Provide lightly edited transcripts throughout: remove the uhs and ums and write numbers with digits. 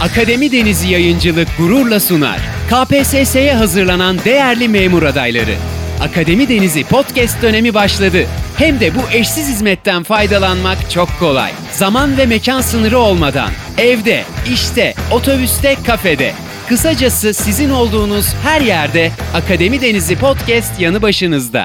Akademi Denizi Yayıncılık gururla sunar. KPSS'ye hazırlanan değerli memur adayları. Akademi Denizi podcast dönemi başladı. Hem de bu eşsiz hizmetten faydalanmak çok kolay. Zaman ve mekan sınırı olmadan. Evde, işte, otobüste, kafede. Kısacası sizin olduğunuz her yerde Akademi Denizi podcast yanı başınızda.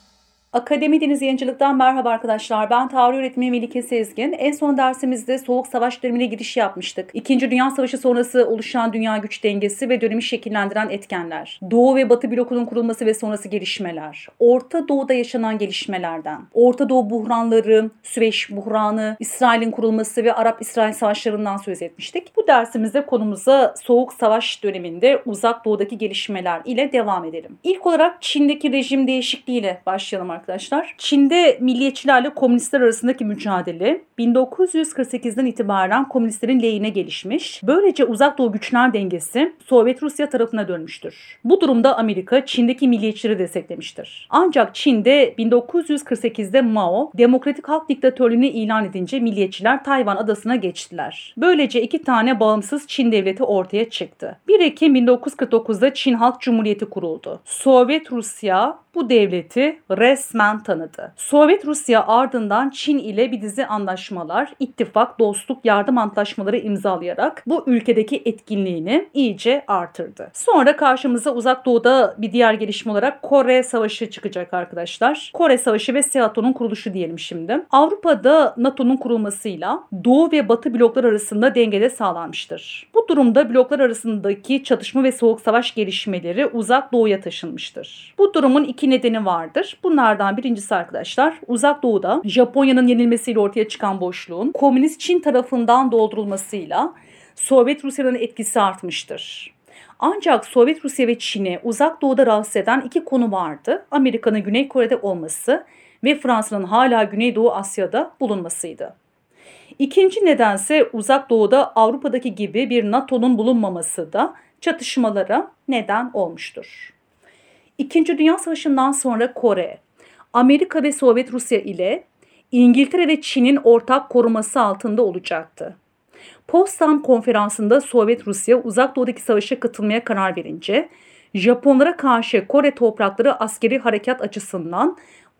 Akademi Denizi Yayıncılık'tan merhaba arkadaşlar. Ben tarih öğretmeni Melike Sezgin. En son dersimizde Soğuk Savaş dönemine giriş yapmıştık. İkinci Dünya Savaşı sonrası oluşan dünya güç dengesi ve dönemi şekillendiren etkenler. Doğu ve Batı blokunun kurulması ve sonrası gelişmeler. Orta Doğu'da yaşanan gelişmelerden. Orta Doğu buhranları, Süveyş buhranı, İsrail'in kurulması ve Arap-İsrail savaşlarından söz etmiştik. Bu dersimizde konumuza Soğuk Savaş döneminde Uzak Doğu'daki gelişmeler ile devam edelim. İlk olarak Çin'deki rejim değişikliğiyle başlayalım arkadaşlar. Çin'de milliyetçilerle komünistler arasındaki mücadele 1948'den itibaren komünistlerin lehine gelişmiş. Böylece Uzak Doğu güçler dengesi Sovyet Rusya tarafına dönmüştür. Bu durumda Amerika Çin'deki milliyetçileri desteklemiştir. Ancak Çin'de 1948'de Mao Demokratik Halk Diktatörlüğünü ilan edince milliyetçiler Tayvan adasına geçtiler. Böylece iki tane bağımsız Çin devleti ortaya çıktı. 1 Ekim 1949'da Çin Halk Cumhuriyeti kuruldu. Sovyet Rusya bu devleti resmen tanıdı. Sovyet Rusya ardından Çin ile bir dizi anlaşmalar, ittifak, dostluk, yardım antlaşmaları imzalayarak bu ülkedeki etkinliğini iyice artırdı. Sonra karşımıza Uzak Doğu'da bir diğer gelişme olarak Kore Savaşı çıkacak arkadaşlar. Kore Savaşı ve SEATO'nun kuruluşu diyelim şimdi. Avrupa'da NATO'nun kurulmasıyla Doğu ve Batı bloklar arasında dengede sağlanmıştır. Bu durumda bloklar arasındaki çatışma ve soğuk savaş gelişmeleri Uzak Doğu'ya taşınmıştır. Bu durumun iki nedeni vardır. Bunlardan birincisi arkadaşlar Uzak Doğu'da Japonya'nın yenilmesiyle ortaya çıkan boşluğun Komünist Çin tarafından doldurulmasıyla Sovyet Rusya'nın etkisi artmıştır. Ancak Sovyet Rusya ve Çin'i Uzak Doğu'da rahatsız eden iki konu vardı. Amerika'nın Güney Kore'de olması ve Fransa'nın hala Güneydoğu Asya'da bulunmasıydı. İkinci nedense Uzak Doğu'da Avrupa'daki gibi bir NATO'nun bulunmaması da çatışmalara neden olmuştur. İkinci Dünya Savaşı'ndan sonra Kore, Amerika ve Sovyet Rusya ile İngiltere ve Çin'in ortak koruması altında olacaktı. Potsdam Konferansı'nda Sovyet Rusya Uzak Doğu'daki savaşa katılmaya karar verince Japonlara karşı Kore toprakları askeri harekat açısından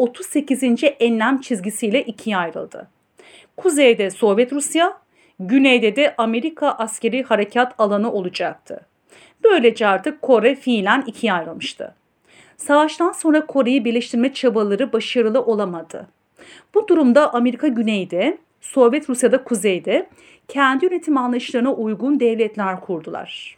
38. enlem çizgisiyle ikiye ayrıldı. Kuzeyde Sovyet Rusya, güneyde de Amerika askeri harekat alanı olacaktı. Böylece artık Kore fiilen ikiye ayrılmıştı. Savaştan sonra Kore'yi birleştirme çabaları başarılı olamadı. Bu durumda Amerika güneyde, Sovyet Rusya'da kuzeyde kendi yönetim anlayışlarına uygun devletler kurdular.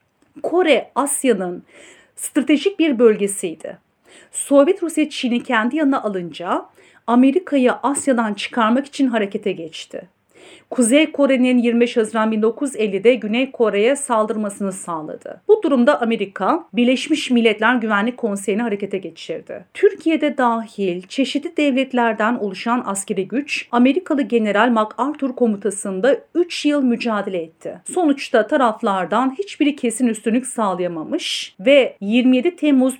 Kore, Asya'nın stratejik bir bölgesiydi. Sovyet Rusya Çin'i kendi yanına alınca Amerika'yı Asya'dan çıkarmak için harekete geçti. Kuzey Kore'nin 25 Haziran 1950'de Güney Kore'ye saldırmasını sağladı. Bu durumda Amerika, Birleşmiş Milletler Güvenlik Konseyi'ni harekete geçirdi. Türkiye'de dahil çeşitli devletlerden oluşan askeri güç, Amerikalı General MacArthur komutasında 3 yıl mücadele etti. Sonuçta taraflardan hiçbiri kesin üstünlük sağlayamamış ve 27 Temmuz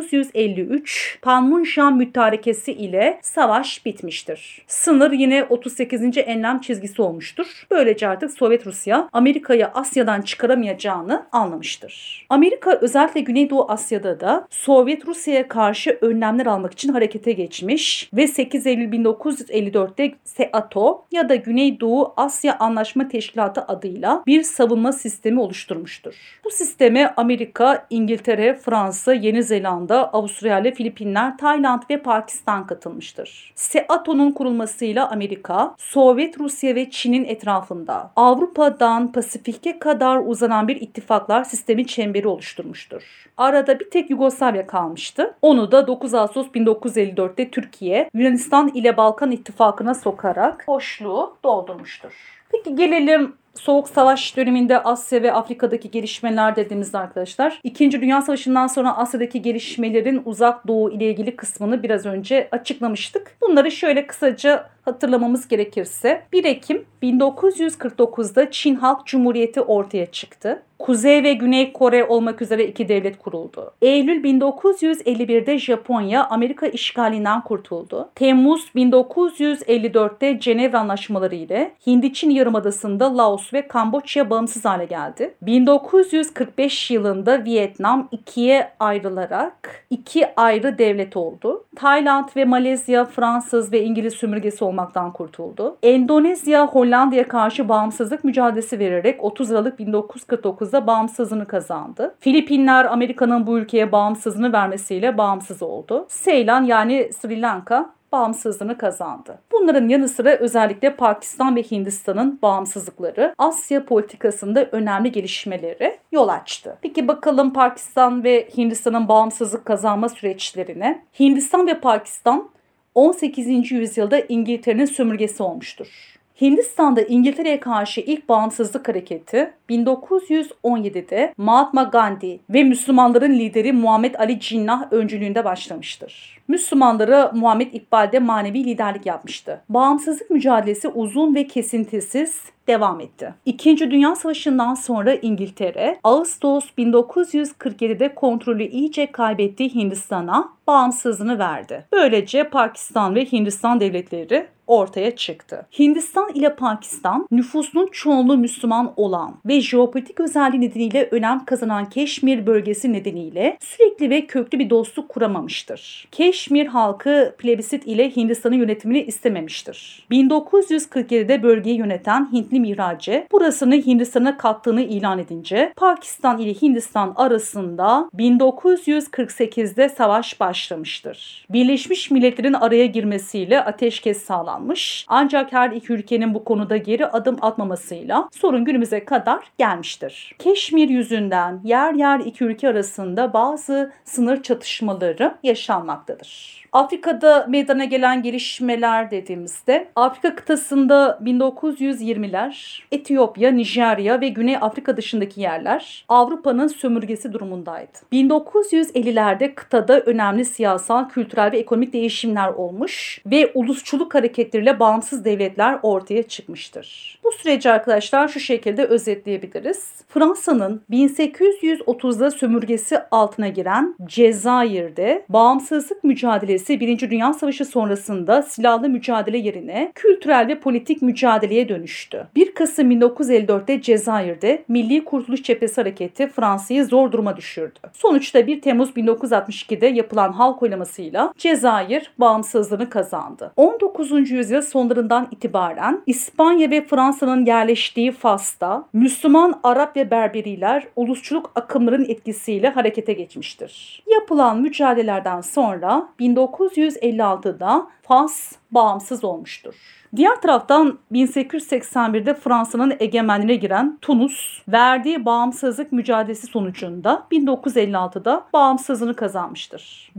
1953 Panmunjom Mütarekesi ile savaş bitmiştir. Sınır yine 38. enlem çizgisi olmuştur. Böylece artık Sovyet Rusya Amerika'yı Asya'dan çıkaramayacağını anlamıştır. Amerika özellikle Güneydoğu Asya'da da Sovyet Rusya'ya karşı önlemler almak için harekete geçmiş ve 8 Eylül 1954'te SEATO ya da Güneydoğu Asya Anlaşma Teşkilatı adıyla bir savunma sistemi oluşturmuştur. Bu sisteme Amerika, İngiltere, Fransa, Yeni Zelanda, Avustralya, Filipinler, Tayland ve Pakistan katılmıştır. SEATO'nun kurulmasıyla Amerika, Sovyet Rusya ve Çin'in etrafında Avrupa'dan Pasifik'e kadar uzanan bir ittifaklar sistemi çemberi oluşturmuştur. Arada bir tek Yugoslavya kalmıştı. Onu da 9 Ağustos 1954'te Türkiye, Yunanistan ile Balkan İttifakı'na sokarak boşluğu doldurmuştur. Peki gelelim Soğuk Savaş döneminde Asya ve Afrika'daki gelişmeler dediğimizde arkadaşlar, İkinci Dünya Savaşı'ndan sonra Asya'daki gelişmelerin Uzak Doğu ile ilgili kısmını biraz önce açıklamıştık. Bunları şöyle kısaca hatırlamamız gerekirse 1 Ekim 1949'da Çin Halk Cumhuriyeti ortaya çıktı. Kuzey ve Güney Kore olmak üzere iki devlet kuruldu. Eylül 1951'de Japonya Amerika işgalinden kurtuldu. Temmuz 1954'te Cenevre Anlaşmaları ile Hindi-Çin Yarımadası'nda Laos ve Kamboçya bağımsız hale geldi. 1945 yılında Vietnam ikiye ayrılarak iki ayrı devlet oldu. Tayland ve Malezya Fransız ve İngiliz sömürgesi olmaktan kurtuldu. Endonezya Hollanda'ya karşı bağımsızlık mücadelesi vererek 30 Aralık 1949'da bağımsızlığını kazandı. Filipinler Amerika'nın bu ülkeye bağımsızlığını vermesiyle bağımsız oldu. Seylan yani Sri Lanka bağımsızlığını kazandı. Bunların yanı sıra özellikle Pakistan ve Hindistan'ın bağımsızlıkları Asya politikasında önemli gelişmeleri yol açtı. Peki bakalım Pakistan ve Hindistan'ın bağımsızlık kazanma süreçlerine. Hindistan ve Pakistan 18. yüzyılda İngiltere'nin sömürgesi olmuştur. Hindistan'da İngiltere'ye karşı ilk bağımsızlık hareketi 1917'de Mahatma Gandhi ve Müslümanların lideri Muhammed Ali Cinnah öncülüğünde başlamıştır. Müslümanlara Muhammed İkbal de manevi liderlik yapmıştı. Bağımsızlık mücadelesi uzun ve kesintisiz devam etti. İkinci Dünya Savaşı'ndan sonra İngiltere, Ağustos 1947'de kontrolü iyice kaybettiği Hindistan'a bağımsızlığını verdi. Böylece Pakistan ve Hindistan devletleri ortaya çıktı. Hindistan ile Pakistan nüfusunun çoğunluğu Müslüman olan ve jeopolitik özelliği nedeniyle önem kazanan Keşmir bölgesi nedeniyle sürekli ve köklü bir dostluk kuramamıştır. Keşmir halkı plebisit ile Hindistan'ın yönetimini istememiştir. 1947'de bölgeyi yöneten Hintli Mihrace burasını Hindistan'a kattığını ilan edince Pakistan ile Hindistan arasında 1948'de savaş başlamıştır. Birleşmiş Milletler'in araya girmesiyle ateşkes sağlanmış. Ancak her iki ülkenin bu konuda geri adım atmamasıyla sorun günümüze kadar gelmiştir. Keşmir yüzünden yer yer iki ülke arasında bazı sınır çatışmaları yaşanmaktadır. Afrika'da meydana gelen gelişmeler dediğimizde Afrika kıtasında 1920'ler Etiyopya, Nijerya ve Güney Afrika dışındaki yerler Avrupa'nın sömürgesi durumundaydı. 1950'lerde kıtada önemli siyasal, kültürel ve ekonomik değişimler olmuş ve ulusçuluk hareketleriyle bağımsız devletler ortaya çıkmıştır. Bu süreci arkadaşlar şu şekilde özetleyebiliriz. Fransa'nın 1830'da sömürgesi altına giren Cezayir'de bağımsızlık mücadelesi 1. Dünya Savaşı sonrasında silahlı mücadele yerine kültürel ve politik mücadeleye dönüştü. 1 Kasım 1954'te Cezayir'de Milli Kurtuluş Cephesi Hareketi Fransa'yı zor duruma düşürdü. Sonuçta 1 Temmuz 1962'de yapılan halk oylamasıyla Cezayir bağımsızlığını kazandı. 19. yüzyıl sonlarından itibaren İspanya ve Fransa'nın yerleştiği Fas'ta Müslüman, Arap ve Berberiler ulusçuluk akımlarının etkisiyle harekete geçmiştir. Yapılan mücadelelerden sonra 1956'da Fas bağımsız olmuştur. Diğer taraftan 1881'de Fransa'nın egemenliğine giren Tunus, verdiği bağımsızlık mücadelesi sonucunda 1956'da bağımsızlığını kazanmıştır.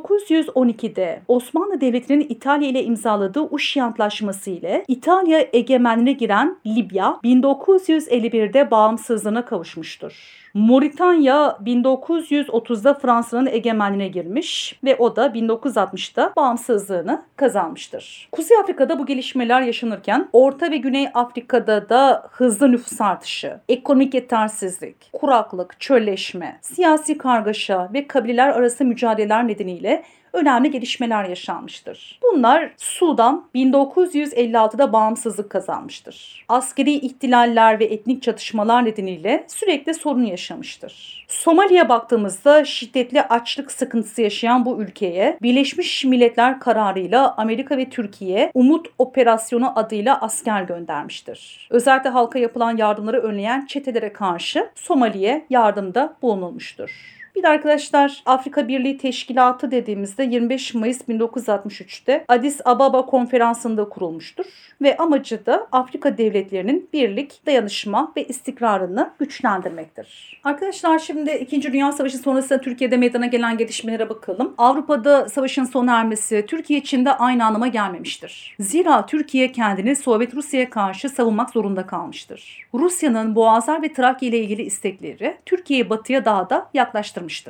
1912'de Osmanlı Devleti'nin İtalya ile imzaladığı Uşi Antlaşması ile İtalya egemenliğine giren Libya, 1951'de bağımsızlığına kavuşmuştur. Moritanya 1930'da Fransa'nın egemenliğine girmiş ve o da 1960'da bağımsızlığını kazanmıştır. Kuzey Afrika'da bu gelişmeler yaşanırken Orta ve Güney Afrika'da da hızlı nüfus artışı, ekonomik yetersizlik, kuraklık, çölleşme, siyasi kargaşa ve kabileler arası mücadeleler nedeniyle önemli gelişmeler yaşanmıştır. Bunlar Sudan 1956'da bağımsızlık kazanmıştır. Askeri ihtilaller ve etnik çatışmalar nedeniyle sürekli sorun yaşamıştır. Somali'ye baktığımızda şiddetli açlık sıkıntısı yaşayan bu ülkeye Birleşmiş Milletler kararıyla Amerika ve Türkiye Umut Operasyonu adıyla asker göndermiştir. Özellikle halka yapılan yardımları önleyen çetelere karşı Somali'ye yardımda bulunulmuştur. Bir de arkadaşlar Afrika Birliği Teşkilatı dediğimizde 25 Mayıs 1963'te Addis Ababa konferansında kurulmuştur ve amacı da Afrika devletlerinin birlik, dayanışma ve istikrarını güçlendirmektir. Arkadaşlar şimdi 2. Dünya Savaşı sonrasında Türkiye'de meydana gelen gelişmelere bakalım. Avrupa'da savaşın sona ermesi Türkiye için de aynı anlama gelmemiştir. Zira Türkiye kendini Sovyet Rusya'ya karşı savunmak zorunda kalmıştır. Rusya'nın Boğazlar ve Trakya ile ilgili istekleri Türkiye'yi batıya daha da yaklaştırmıştır.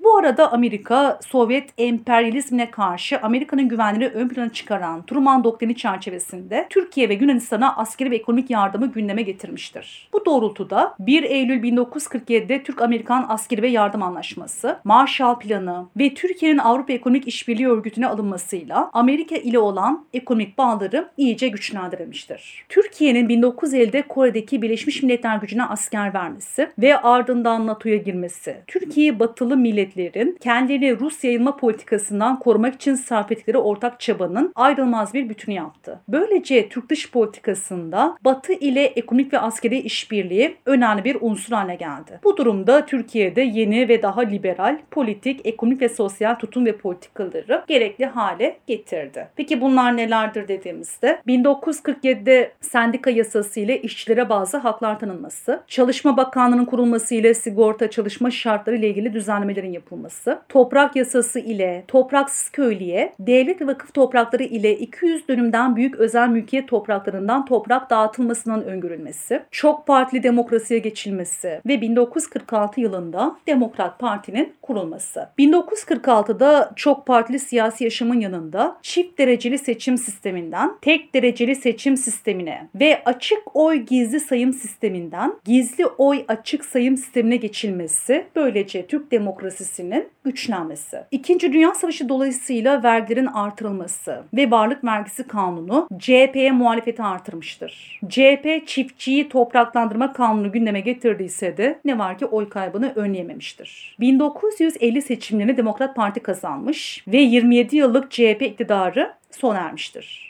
Bu arada Amerika, Sovyet emperyalizmine karşı Amerika'nın güvenliğini ön plana çıkaran Truman Doktrini çerçevesinde Türkiye ve Yunanistan'a askeri ve ekonomik yardımı gündeme getirmiştir. Bu doğrultuda 1 Eylül 1947'de Türk-Amerikan Askeri ve Yardım Anlaşması, Marshall Planı ve Türkiye'nin Avrupa Ekonomik İşbirliği Örgütü'ne alınmasıyla Amerika ile olan ekonomik bağları iyice güçlendirilmiştir. Türkiye'nin 1950'de Kore'deki Birleşmiş Milletler gücüne asker vermesi ve ardından NATO'ya girmesi, Türkiye'yi batılı milletlerin kendilerini Rus yayılma politikasından korumak için sarf ettikleri ortak çabanın ayrılmaz bir bütünü yaptı. Böylece Türk dış politikasında Batı ile ekonomik ve askeri işbirliği önemli bir unsur haline geldi. Bu durumda Türkiye'de yeni ve daha liberal politik, ekonomik ve sosyal tutum ve politikaları gerekli hale getirdi. Peki bunlar nelerdir dediğimizde 1947'de sendika yasası ile işçilere bazı haklar tanınması, Çalışma Bakanlığı'nın kurulması ile sigorta çalışma şartları ile ilgili düzenlemelerin yapılması, toprak yasası ile topraksız köylüye, devlet ve vakıf toprakları ile 200 dönümden büyük özel mülkiyet topraklarından toprak dağıtılmasının öngörülmesi, çok partili demokrasiye geçilmesi ve 1946 yılında Demokrat Parti'nin kurulması. 1946'da çok partili siyasi yaşamın yanında çift dereceli seçim sisteminden tek dereceli seçim sistemine ve açık oy gizli sayım sisteminden gizli oy açık sayım sistemine geçilmesi, böylece Türk demokrasisinin güçlenmesi. İkinci Dünya Savaşı dolayısıyla vergilerin artırılması ve varlık vergisi kanunu CHP'ye muhalefeti artırmıştır. CHP çiftçiyi topraklandırma kanunu gündeme getirdiyse de ne var ki oy kaybını önleyememiştir. 1950 seçimlerini Demokrat Parti kazanmış ve 27 yıllık CHP iktidarı sona ermiştir.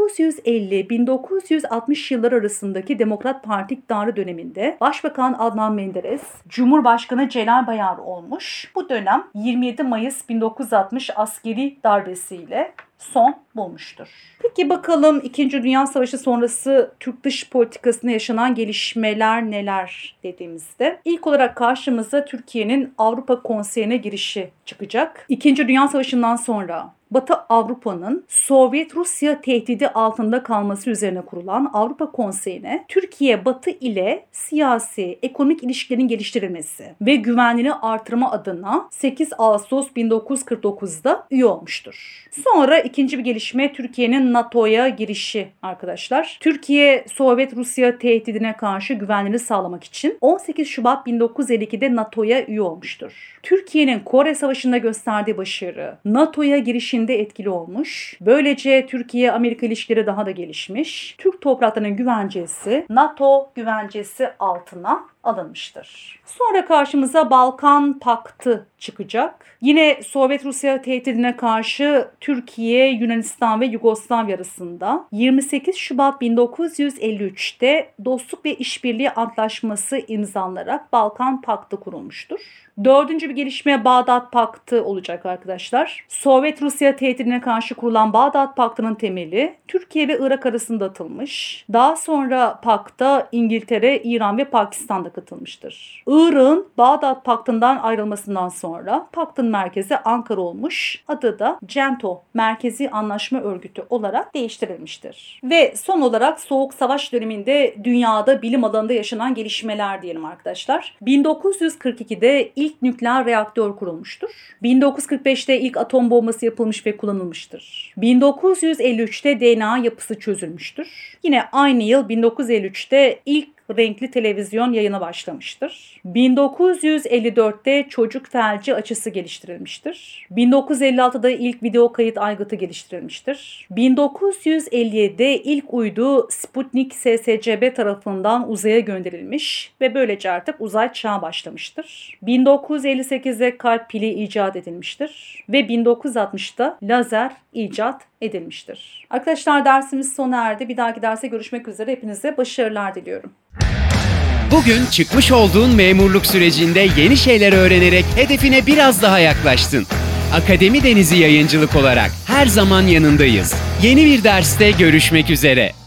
1950-1960 yılları arasındaki Demokrat Parti iktidarı döneminde Başbakan Adnan Menderes, Cumhurbaşkanı Celal Bayar olmuş. Bu dönem 27 Mayıs 1960 askeri darbesiyle son bulmuştur. Peki bakalım 2. Dünya Savaşı sonrası Türk dış politikasında yaşanan gelişmeler neler dediğimizde ilk olarak karşımıza Türkiye'nin Avrupa Konseyi'ne girişi çıkacak. 2. Dünya Savaşı'ndan sonra Batı Avrupa'nın Sovyet-Rusya tehdidi altında kalması üzerine kurulan Avrupa Konseyi'ne Türkiye Batı ile siyasi, ekonomik ilişkilerin geliştirilmesi ve güvenliğini artırma adına 8 Ağustos 1949'da üye olmuştur. Sonra ikinci bir gelişme Türkiye'nin NATO'ya girişi arkadaşlar. Türkiye Sovyet-Rusya tehdidine karşı güvenliğini sağlamak için 18 Şubat 1952'de NATO'ya üye olmuştur. Türkiye'nin Kore Savaşı'nda gösterdiği başarı NATO'ya girişinde etkili olmuş. Böylece Türkiye-Amerika ilişkileri daha da gelişmiş. Türk topraklarının güvencesi NATO güvencesi altına alınmıştır. Sonra karşımıza Balkan Paktı çıkacak. Yine Sovyet-Rusya tehdidine karşı Türkiye, Yunanistan ve Yugoslavya arasında 28 Şubat 1953'te Dostluk ve İşbirliği Antlaşması imzalanarak Balkan Paktı kurulmuştur. Dördüncü bir gelişme Bağdat Paktı olacak arkadaşlar. Sovyet-Rusya tehdidine karşı kurulan Bağdat Paktı'nın temeli Türkiye ve Irak arasında atılmış. Daha sonra pakta İngiltere, İran ve Pakistan'da katılmıştır. Irak'ın Bağdat Paktı'ndan ayrılmasından sonra paktın merkezi Ankara olmuş. Adı da CENTO, Merkezi Anlaşma Örgütü olarak değiştirilmiştir. Ve son olarak Soğuk Savaş döneminde dünyada bilim alanında yaşanan gelişmeler diyelim arkadaşlar. 1942'de ilk nükleer reaktör kurulmuştur. 1945'te ilk atom bombası yapılmış ve kullanılmıştır. 1953'te DNA yapısı çözülmüştür. Yine aynı yıl 1953'te ilk renkli televizyon yayına başlamıştır. 1954'te çocuk felci açısı geliştirilmiştir. 1956'da ilk video kayıt aygıtı geliştirilmiştir. 1957'de ilk uydu Sputnik SSCB tarafından uzaya gönderilmiş ve böylece artık uzay çağı başlamıştır. 1958'de kalp pili icat edilmiştir ve 1960'da lazer icat edilmiştir. Arkadaşlar dersimiz sona erdi. Bir dahaki derse görüşmek üzere. Hepinize başarılar diliyorum. Bugün çıkmış olduğun memurluk sürecinde yeni şeyler öğrenerek hedefine biraz daha yaklaştın. Akademi Denizi Yayıncılık olarak her zaman yanındayız. Yeni bir derste görüşmek üzere.